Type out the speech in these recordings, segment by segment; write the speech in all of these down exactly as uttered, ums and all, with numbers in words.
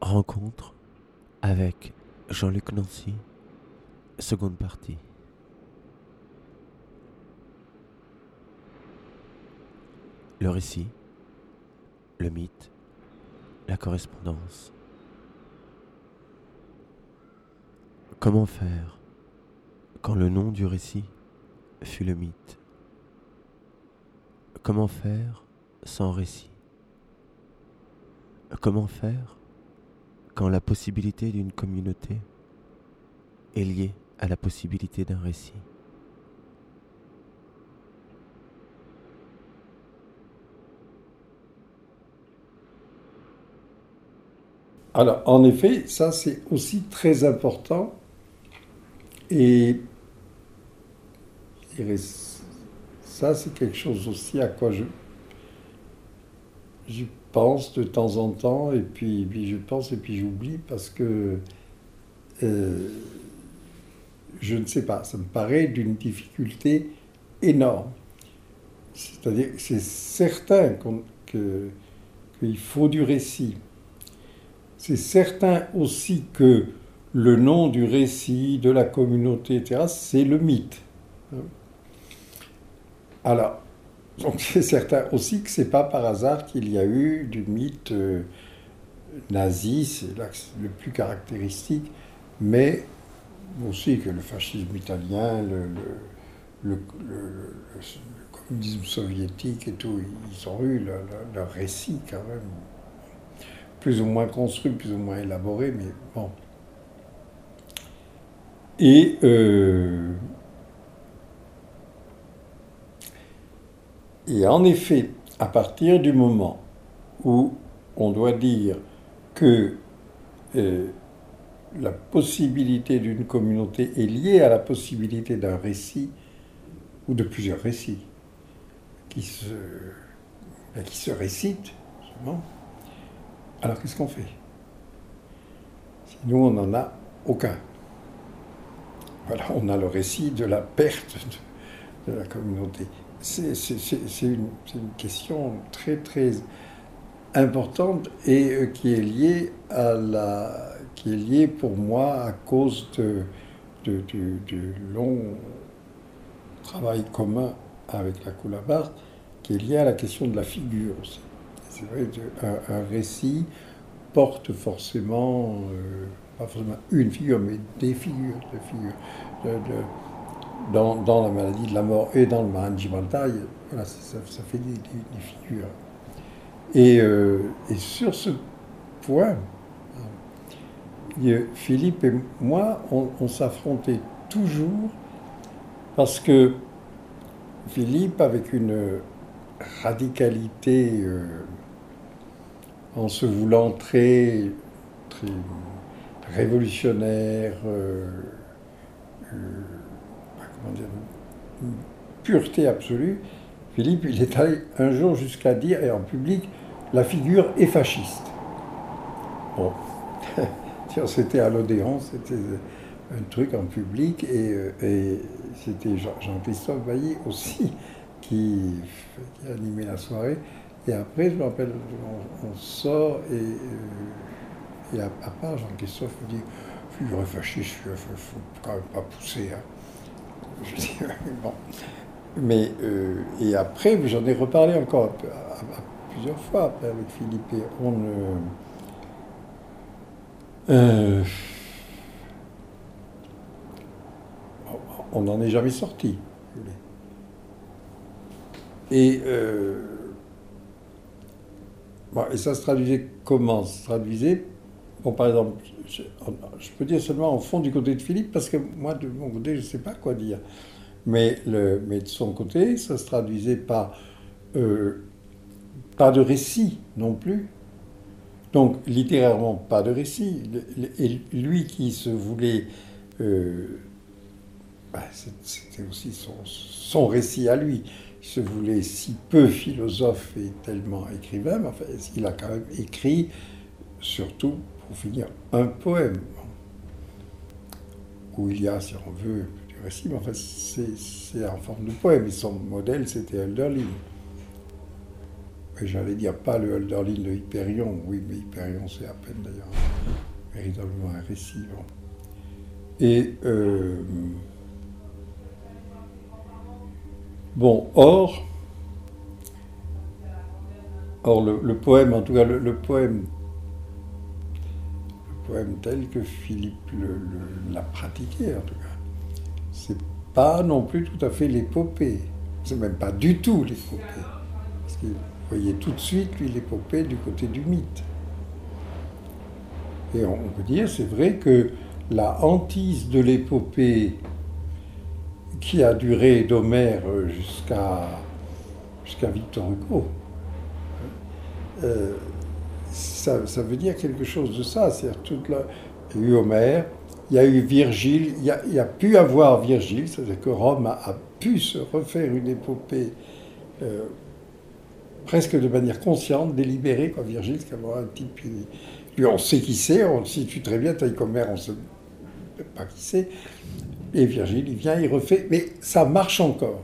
Rencontre avec Jean-Luc Nancy, seconde partie. Le récit, le mythe, la correspondance. Comment faire quand le nom du récit fut le mythe? Comment faire sans récit? Comment faire quand la possibilité d'une communauté est liée à la possibilité d'un récit? Alors, en effet, ça c'est aussi très important et je dirais, ça c'est quelque chose aussi à quoi je, j'y pense de temps en temps et puis, puis je pense et puis j'oublie parce que euh, je ne sais pas, ça me paraît d'une difficulté énorme. C'est-à-dire que c'est certain qu'on- que- qu'il faut du récit. C'est certain aussi que le nom du récit, de la communauté, et cetera, c'est le mythe. Alors, donc c'est certain aussi que c'est pas par hasard qu'il y a eu du mythe euh, nazi, c'est là que c'est le plus caractéristique, mais aussi que le fascisme italien, le, le, le, le- le communisme soviétique et tout, ils ont eu leur, leur- leur récit quand même, plus ou moins construit, plus ou moins élaboré, mais bon. Et euh, Et en effet, à partir du moment où on doit dire que euh, la possibilité d'une communauté est liée à la possibilité d'un récit, ou de plusieurs récits, qui se, ben, qui se récitent, justement, alors qu'est-ce qu'on fait? Si nous, on n'en a aucun. Voilà, on a le récit de la perte de, de la communauté. C'est, c'est, c'est, c'est une, c'est une question très, très importante et euh, qui est liée à la, qui est liée pour moi à cause de, de- du, du long travail commun avec la Coulabar, qui est lié à la question de la figure aussi. C'est vrai qu'un un récit porte forcément, euh, pas forcément une figure, mais des figures, des figures. De- de- dans, dans la maladie de la mort et dans le Mahanjimantai, voilà, ça, ça fait des, des- des figures. Et, euh, et sur ce point, Philippe et moi, on, on s'affrontait toujours parce que Philippe, avec une radicalité euh, en se voulant très, très révolutionnaire, euh, euh, comment dire, une pureté absolue, Philippe, il est allé un jour jusqu'à dire, et en public, la figure est fasciste. Bon, c'était à l'Odéon, c'était un truc en public, et, et c'était Jean-Christophe Bailly aussi qui, qui animait la soirée. Et après, je me rappelle, on, on sort et, euh, et à, à part Jean-Christophe me dit figure fasciste, il ne faut quand même pas pousser. Hein. Je dis, bon. Mais, euh, et après, j'en ai reparlé encore à, à, à plusieurs fois après avec Philippe, et on ne. Euh, on n'en est jamais sorti. Et, euh, bon, et ça se traduisait comment? Ça se traduisait, bon, par exemple, je, je, peux dire seulement au fond du côté de Philippe, parce que moi, de mon côté, je ne sais pas quoi dire. Mais, le, mais de son côté, ça se traduisait par euh, pas de récit non plus. Donc, littérairement, pas de récit. Et lui qui se voulait... Euh, bah, c'était aussi son, son récit à lui. Il se voulait si peu philosophe et tellement écrivain, mais enfin, il a quand même écrit, surtout, pour finir, un poème, où il y a, si on veut, du récit, mais enfin, c'est en forme de poème. Et son modèle, c'était Hölderlin. mais j'allais dire pas le Hölderlin de Hyperion, oui, mais Hyperion c'est à peine d'ailleurs véritablement un récit. Bon. Et euh, bon, or, or le, le poème, en tout cas le, le poème, le poème tel que Philippe le, le, l'a pratiqué en tout cas, c'est pas non plus tout à fait l'épopée, c'est même pas du tout l'épopée, parce que vous voyez tout de suite lui l'épopée du côté du mythe. Et on peut dire, c'est vrai que la hantise de l'épopée qui a duré d'Homère jusqu'à jusqu'à Victor Hugo, euh, ça, ça veut dire quelque chose de ça. C'est-à-dire toute la, il y a eu Homère, il y a eu Virgile, il y a, il y a pu avoir Virgile, c'est-à-dire que Rome a, a pu se refaire une épopée euh, presque de manière consciente, délibérée, quoi. Virgile, c'est quand même un type... Lui, on sait qui c'est, on le situe très bien, tandis qu'Homère, on ne sait pas qui c'est. Et Virgile, il vient, il refait, mais ça marche encore.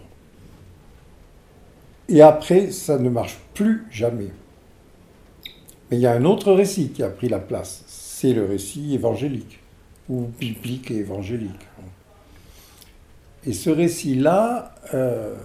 Et après, ça ne marche plus jamais. Mais il y a un autre récit qui a pris la place, c'est le récit évangélique, ou biblique et évangélique. Et ce récit-là, euh,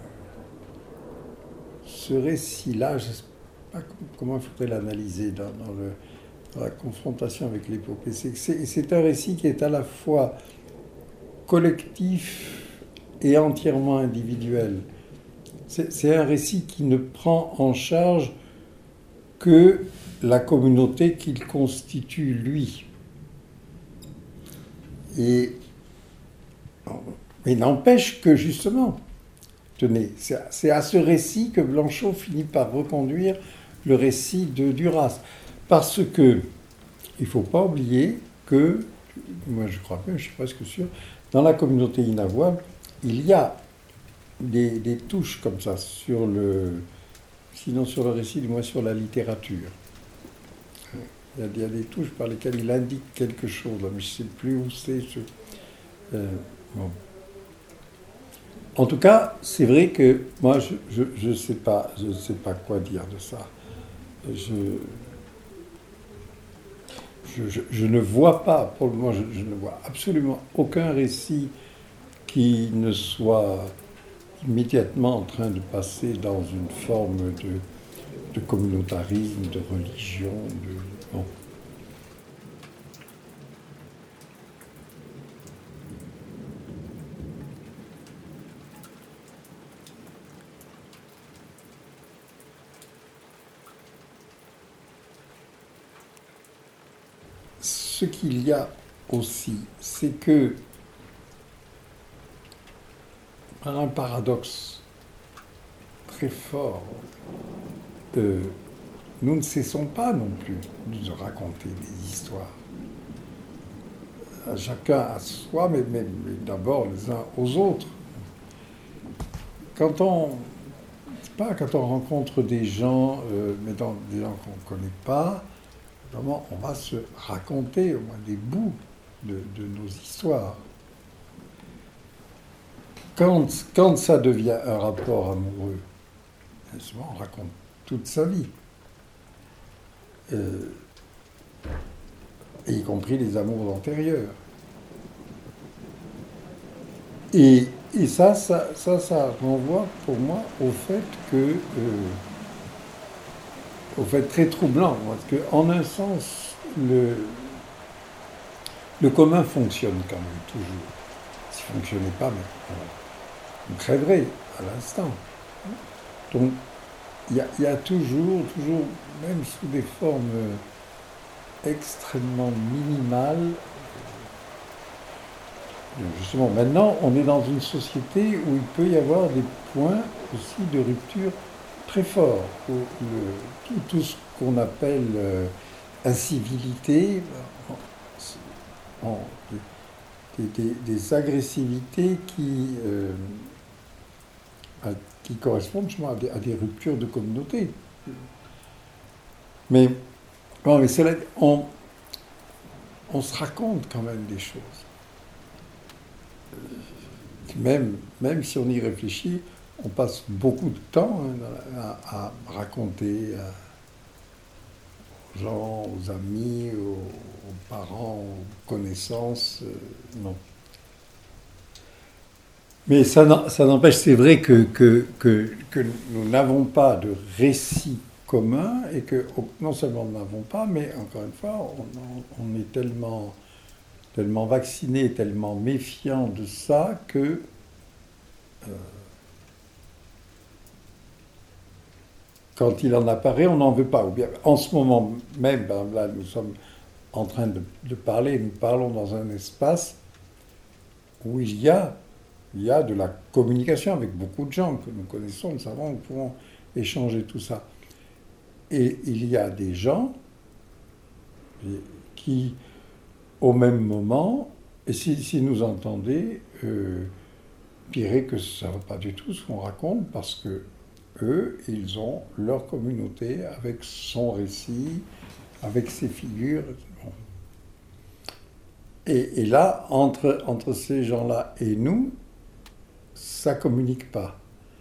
ce récit-là, je ne sais pas comment il faudrait l'analyser dans, dans le... dans la confrontation avec l'épopée. C'est, c'est, c'est un récit qui est à la fois collectif et entièrement individuel. C'est, c'est un récit qui ne prend en charge que la communauté qu'il constitue lui. Et mais n'empêche que justement, tenez, c'est, c'est à ce récit que Blanchot finit par reconduire le récit de Duras. Parce que, il ne faut pas oublier que, moi je crois bien, je suis presque sûr, dans la communauté inavouable, il y a des, des touches comme ça sur le, sinon sur le récit, du moins sur la littérature. Il y a, il y a des touches par lesquelles il indique quelque chose, mais je ne sais plus où c'est. Je, euh, bon. En tout cas, c'est vrai que moi, je ne sais pas, je sais pas quoi dire de ça. Je... Je, je, je ne vois pas, pour le moment, je, je ne vois absolument aucun récit qui ne soit immédiatement en train de passer dans une forme de, de communautarisme, de religion, de... Bon. Ce qu'il y a aussi, c'est que, par un paradoxe très fort, euh, nous ne cessons pas non plus de raconter des histoires. À chacun à soi, mais, mais, mais d'abord les uns aux autres. Quand on, c'est pas quand on rencontre des gens, euh, mais dans des gens qu'on ne connaît pas, vraiment, on va se raconter au moins des bouts de, de nos histoires. Quand, quand ça devient un rapport amoureux, souvent on raconte toute sa vie, euh, y compris les amours antérieurs. Et, et ça, ça, ça, ça renvoie pour moi au fait que, euh, au fait très troublant, parce qu'en un sens, le, le commun fonctionne quand même toujours. S'il ne fonctionnait pas, mais on, on crèverait à l'instant. Donc, il y, y a toujours, toujours, même sous des formes extrêmement minimales. Justement, maintenant, on est dans une société où il peut y avoir des points aussi de rupture très forts. Où le, tout, tout ce qu'on appelle euh, incivilité, en, des, des, des agressivités qui, euh, à, qui correspondent justement à des, à des ruptures de communauté. Mais, bon, mais cela, on, on se raconte quand même des choses. Même, même si on y réfléchit, on passe beaucoup de temps hein, à, à raconter à, aux gens, aux amis, aux, aux parents, aux connaissances. Euh, non. Mais ça, ça n'empêche, c'est vrai que, que, que, que nous n'avons pas de récit commun et que non seulement nous n'avons pas, mais encore une fois, on, on est tellement, tellement vacciné, tellement méfiant de ça que euh, quand il en apparaît, on n'en veut pas. Ou bien, en ce moment même, ben là, nous sommes en train de, de parler, nous parlons dans un espace où il y a, il y a de la communication avec beaucoup de gens que nous connaissons, nous savons, nous pouvons échanger tout ça. Et il y a des gens qui, au même moment, et si, si nous entendez, euh, diraient que ça ne va pas du tout ce qu'on raconte parce que eux, ils ont leur communauté avec son récit, avec ses figures. Bon. Et, et là, entre, entre ces gens-là et nous, ça ne communique pas.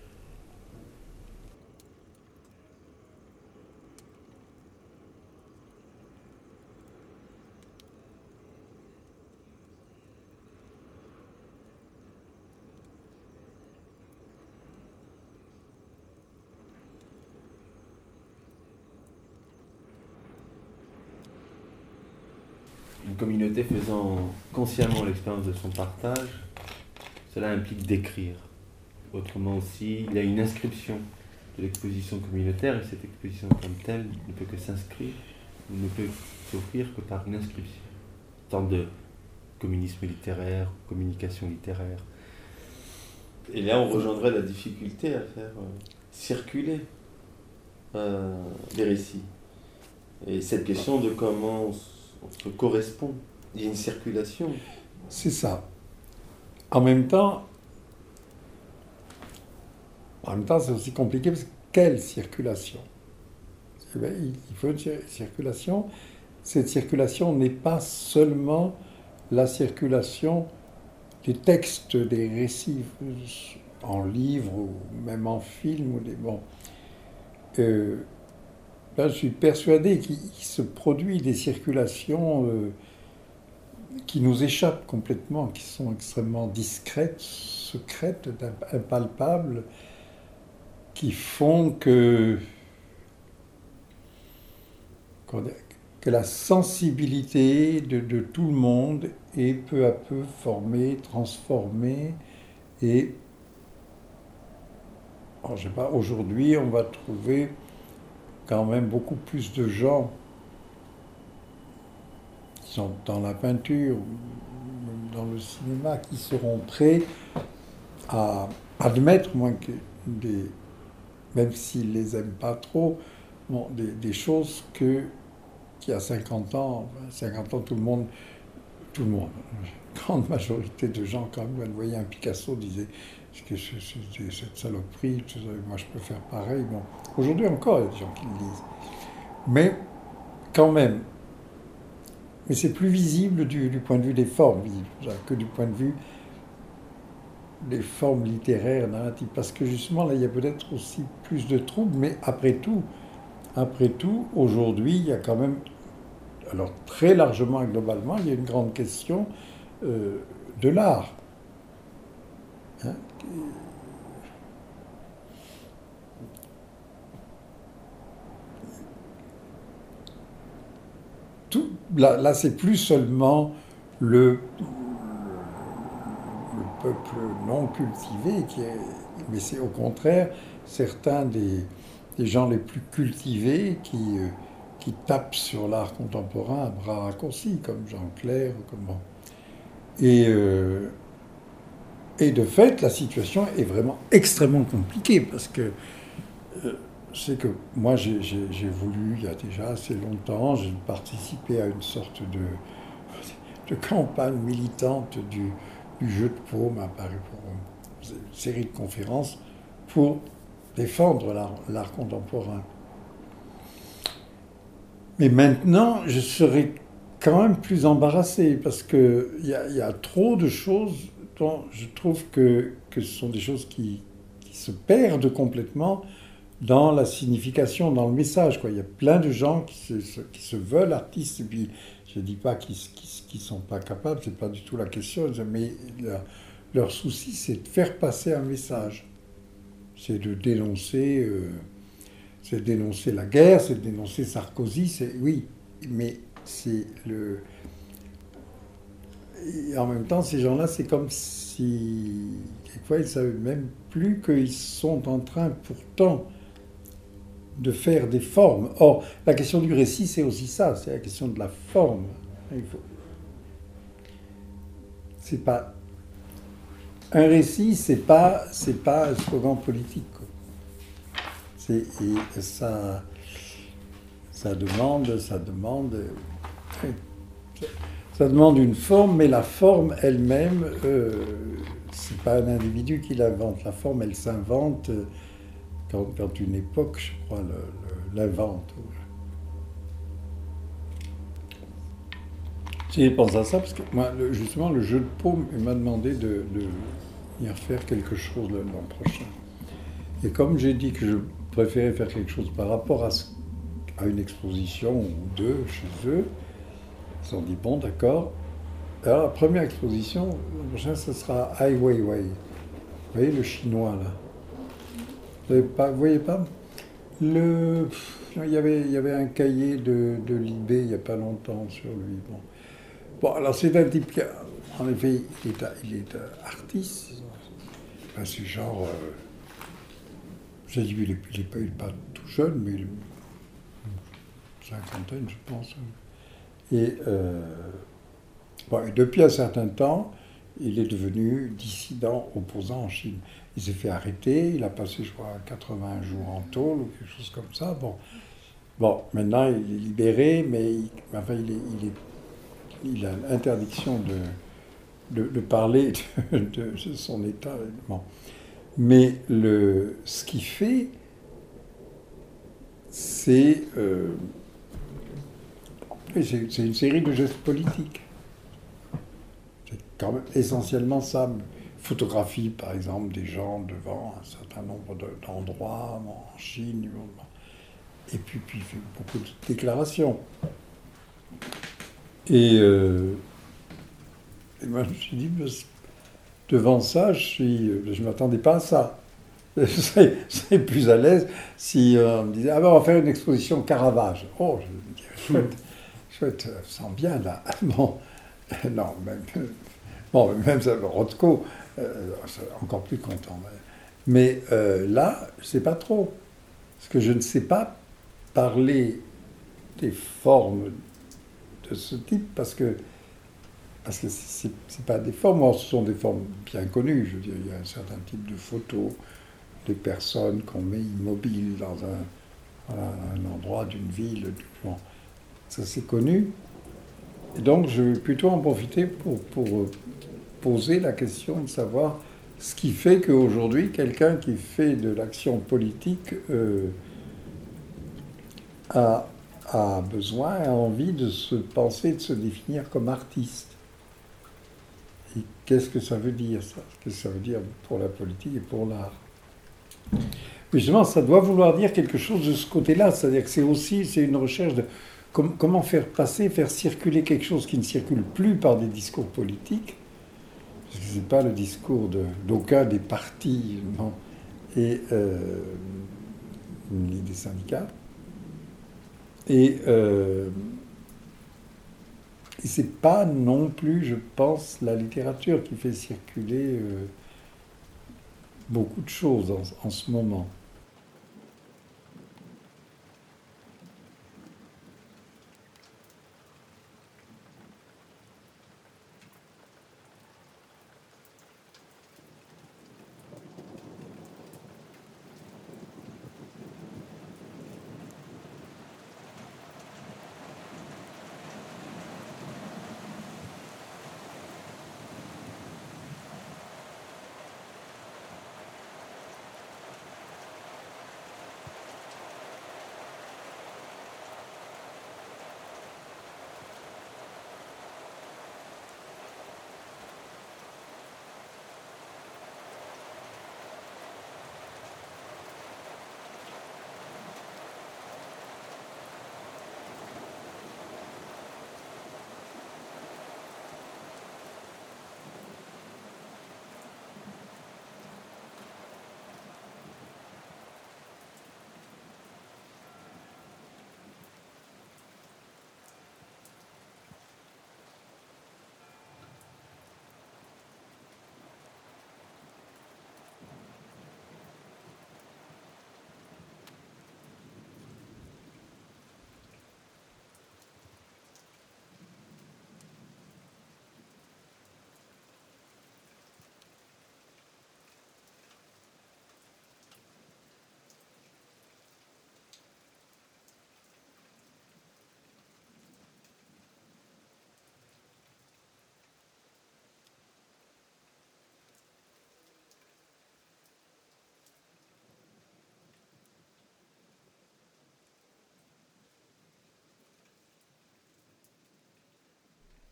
Une communauté faisant consciemment l'expérience de son partage, cela implique d'écrire. Autrement aussi, il y a une inscription de l'exposition communautaire et cette exposition comme telle ne peut que s'inscrire, ne peut s'offrir que par une inscription. Tant de communisme littéraire, communication littéraire. Et là, on rejoindrait la difficulté à faire euh, circuler euh, les récits. Et cette question de comment on se correspond, il y a une circulation. C'est ça. En même temps, en même temps, c'est aussi compliqué parce que quelle circulation ? Eh bien, il faut une circulation. Cette circulation n'est pas seulement la circulation des textes, des récits en livre ou même en film. Ou des, bon. euh, là, je suis persuadé qu'il se produit des circulations euh, qui nous échappent complètement, qui sont extrêmement discrètes, secrètes, impalpables, qui font que, que la sensibilité de, de tout le monde est peu à peu formée, transformée. Et alors, je sais pas, aujourd'hui, on va trouver quand même beaucoup plus de gens qui sont dans la peinture, dans le cinéma, qui seront prêts à admettre, moins que des, même s'ils les aiment pas trop, bon, des, des choses que qu'il y a cinquante ans, cinquante ans, tout le monde, tout le monde, la grande majorité de gens, quand même, quand ils voyaient un Picasso, disaient que c'est cette saloperie, moi je peux faire pareil. Bon, aujourd'hui encore, il y a des gens qui le disent. Mais quand même, mais c'est plus visible du, du point de vue des formes que du point de vue des formes littéraires, narratives. Parce que justement, là, il y a peut-être aussi plus de troubles, mais après tout, après tout, aujourd'hui, il y a quand même, alors très largement et globalement, il y a une grande question euh, de l'art. Hein? Tout, là, là c'est plus seulement le, le peuple non cultivé, qui est, mais c'est au contraire certains des, des gens les plus cultivés qui, euh, qui tapent sur l'art contemporain à bras raccourcis, comme Jean Clair. Comme... Et, euh, et de fait, la situation est vraiment extrêmement compliquée, parce que euh, c'est que moi, j'ai, j'ai, j'ai voulu, il y a déjà assez longtemps, j'ai participé à une sorte de, de campagne militante du, du jeu de paume à Paris pour une série de conférences pour défendre l'art, l'art contemporain. Mais maintenant, je serais quand même plus embarrassé parce qu'il y, y a trop de choses dont je trouve que, que ce sont des choses qui, qui se perdent complètement dans la signification, dans le message, quoi. Il y a plein de gens qui se, qui se veulent artistes, et puis je ne dis pas qu'ils ne sont pas capables, c'est pas du tout la question, mais leur, leur souci, c'est de faire passer un message. C'est de dénoncer, euh, c'est de dénoncer la guerre, c'est de dénoncer Sarkozy, c'est, oui, mais c'est le... Et en même temps, ces gens-là, c'est comme si, quelquefois, ils ne savaient même plus qu'ils sont en train, pourtant, de faire des formes. Or, la question du récit, c'est aussi ça, c'est la question de la forme. Il faut... C'est pas... Un récit, c'est pas, c'est pas un slogan politique. C'est, et ça, ça demande, ça demande, ça demande une forme, mais la forme elle-même, euh, c'est pas un individu qui l'invente. La forme, elle s'invente quand, quand une époque, je crois, le, le, l'invente. J'ai pensé à ça parce que moi, le, justement, le jeu de paume m'a demandé de, de venir faire quelque chose l'an prochain. Et comme j'ai dit que je préférais faire quelque chose par rapport à, à une exposition ou deux chez eux, ils ont dit bon, d'accord. Alors la première exposition, l'an prochain, ce sera Ai Weiwei. Vous voyez le chinois là. Vous ne pas, voyez pas le, il, y avait, il y avait un cahier de, de Libé il n'y a pas longtemps sur lui. Bon. Bon, alors c'est un type qui, a, en effet, il est, il est artiste. Enfin, c'est genre, euh, j'ai dit, il n'est il est pas, il est pas tout jeune, mais il, cinquantaine, je pense. Et, euh, bon, et depuis un certain temps, il est devenu dissident, opposant en Chine. Il s'est fait arrêter, il a passé, je crois, quatre-vingts jours en tôle ou quelque chose comme ça. Bon, bon maintenant, il est libéré, mais il, enfin, il est, il est il a l'interdiction de, de, de parler de, de son état. Bon. Mais le, ce qu'il fait, c'est, euh, c'est, c'est une série de gestes politiques. C'est quand même essentiellement ça. Photographie, par exemple, des gens devant un certain nombre de, d'endroits en Chine. Et puis, puis il fait beaucoup de déclarations. Et, euh, et moi, je me suis dit, devant ça, je ne je m'attendais pas à ça. Je serais, je serais plus à l'aise si euh, on me disait, ah ben on va faire une exposition Caravage. Oh, je me dis, chouette, chouette, ça sent bien là. Bon, non, même, bon, même ça, Rothko, euh, encore plus content. Mais euh, là, je ne sais pas trop. Parce que je ne sais pas parler des formes de ce type, parce que parce que c'est, c'est pas des formes, or, ce sont des formes bien connues. Je veux dire, il y a un certain type de photos, des personnes qu'on met immobiles dans un, voilà, un endroit d'une ville. Bon, ça c'est connu. Et donc je vais plutôt en profiter pour, pour poser la question de savoir ce qui fait qu'aujourd'hui, quelqu'un qui fait de l'action politique euh, a a besoin, a envie de se penser, de se définir comme artiste. Et qu'est-ce que ça veut dire, ça ? Qu'est-ce que ça veut dire pour la politique et pour l'art ? Mais justement, ça doit vouloir dire quelque chose de ce côté-là, c'est-à-dire que c'est aussi c'est une recherche de com- comment faire passer, faire circuler quelque chose qui ne circule plus par des discours politiques, parce que ce n'est pas le discours de, d'aucun des partis non, et, euh, ni des syndicats. Et, euh, et c'est pas non plus, je pense, la littérature qui fait circuler euh, beaucoup de choses en, en ce moment.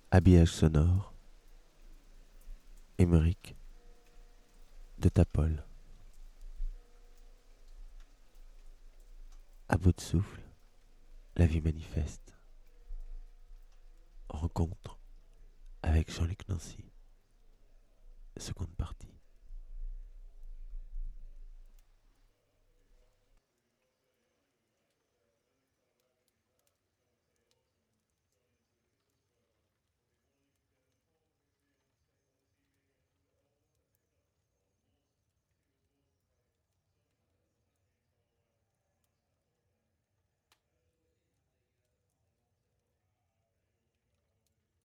Habillage sonore, Émeric de Tapol. À bout de souffle, la vie manifeste. Rencontre avec Jean-Luc Nancy. Seconde partie.